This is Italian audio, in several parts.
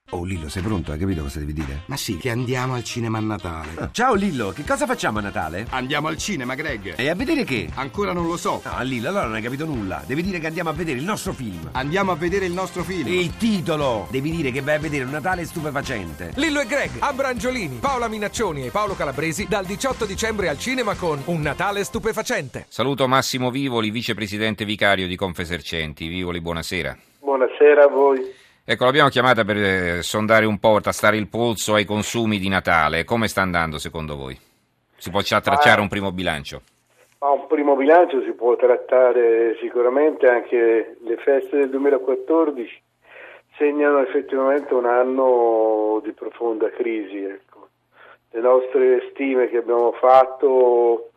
Oh Lillo, sei pronto? Hai capito cosa devi dire? Ma sì, che andiamo al cinema a Natale. Ciao Lillo, che cosa facciamo a Natale? Andiamo al cinema, Greg. E a vedere che? Ancora non lo so. No, Lillo, allora non hai capito nulla. Devi dire che andiamo a vedere il nostro film. Andiamo a vedere il nostro film. Il titolo! Devi dire che vai a vedere un Natale stupefacente. Lillo e Greg, Abrangiolini, Paola Minaccioni e Paolo Calabresi dal 18 dicembre al cinema con Un Natale stupefacente. Saluto Massimo Vivoli, vicepresidente vicario di Confesercenti. Vivoli, buonasera. Buonasera a voi. Ecco, l'abbiamo chiamata per sondare un po', tastare il polso ai consumi di Natale. Come sta andando secondo voi? Si può già tracciare un primo bilancio? Ma un primo bilancio si può trattare sicuramente, anche le feste del 2014 segnano effettivamente un anno di profonda crisi. Ecco. Le nostre stime che abbiamo fatto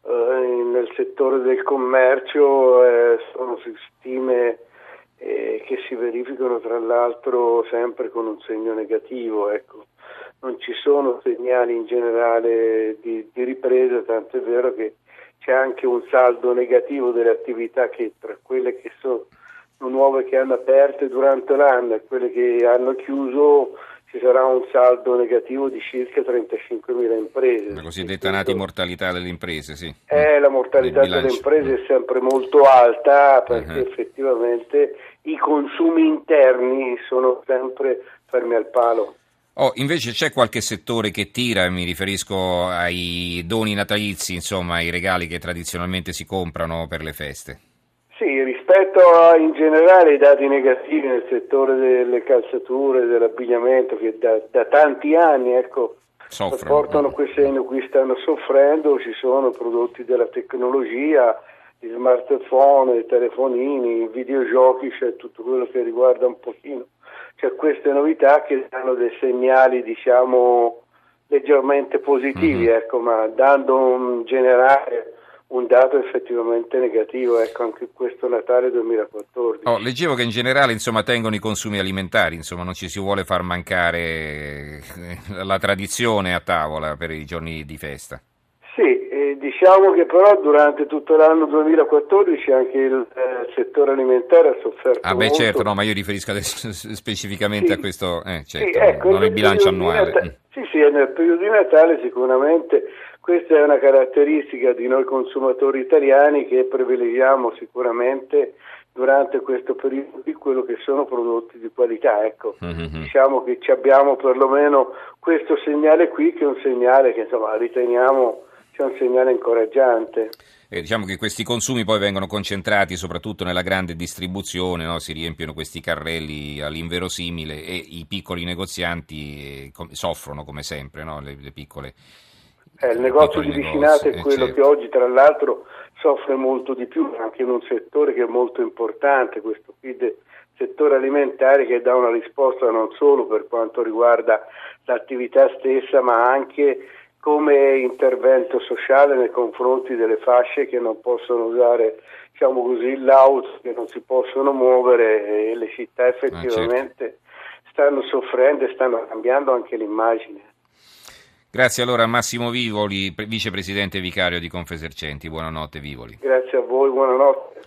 nel settore del commercio sono stime che si verificano tra l'altro sempre con un segno negativo, ecco. Non ci sono segnali in generale di ripresa, tanto è vero che c'è anche un saldo negativo delle attività che tra quelle che sono nuove che hanno aperte durante l'anno e quelle che hanno chiuso ci sarà un saldo negativo di circa 35.000 imprese. La cosiddetta mortalità delle imprese, sì. La mortalità delle imprese è sempre molto alta perché effettivamente i consumi interni sono sempre fermi al palo. Invece c'è qualche settore che tira, mi riferisco ai doni natalizi, insomma, ai regali che tradizionalmente si comprano per le feste. Sì, rispetto in generale ai dati negativi nel settore delle calzature, dell'abbigliamento, che da tanti anni portano quel segno, qui stanno soffrendo, ci sono prodotti della tecnologia, gli smartphone, i telefonini, i videogiochi, c'è tutto quello che riguarda un pochino. C'è queste novità che danno dei segnali, diciamo, leggermente positivi, ma dando un generale un dato effettivamente negativo, anche questo Natale 2014. Leggevo che in generale, insomma, tengono i consumi alimentari, insomma, non ci si vuole far mancare la tradizione a tavola per i giorni di festa. Sì, diciamo che però durante tutto l'anno 2014 anche il settore alimentare ha sofferto molto. Certo, no, ma io riferisco adesso specificamente a questo, certo, non il bilancio annuale. Sì, nel periodo di Natale sicuramente questa è una caratteristica di noi consumatori italiani che privilegiamo sicuramente durante questo periodo di quello che sono prodotti di qualità, Diciamo che ci abbiamo perlomeno questo segnale qui, che è un segnale che insomma riteniamo sia un segnale incoraggiante. Diciamo che questi consumi poi vengono concentrati soprattutto nella grande distribuzione, no? Si riempiono questi carrelli all'inverosimile e i piccoli negozianti soffrono come sempre, no? Le piccole. Il negozio di vicinanza è quello che oggi tra l'altro soffre molto di più, anche in un settore che è molto importante, questo qui del settore alimentare, che dà una risposta non solo per quanto riguarda l'attività stessa, ma anche come intervento sociale nei confronti delle fasce che non possono usare, diciamo così, l'auto, che non si possono muovere, e le città effettivamente stanno soffrendo e stanno cambiando anche l'immagine. Grazie allora a Massimo Vivoli, vicepresidente vicario di Confesercenti. Buonanotte Vivoli. Grazie a voi, buonanotte.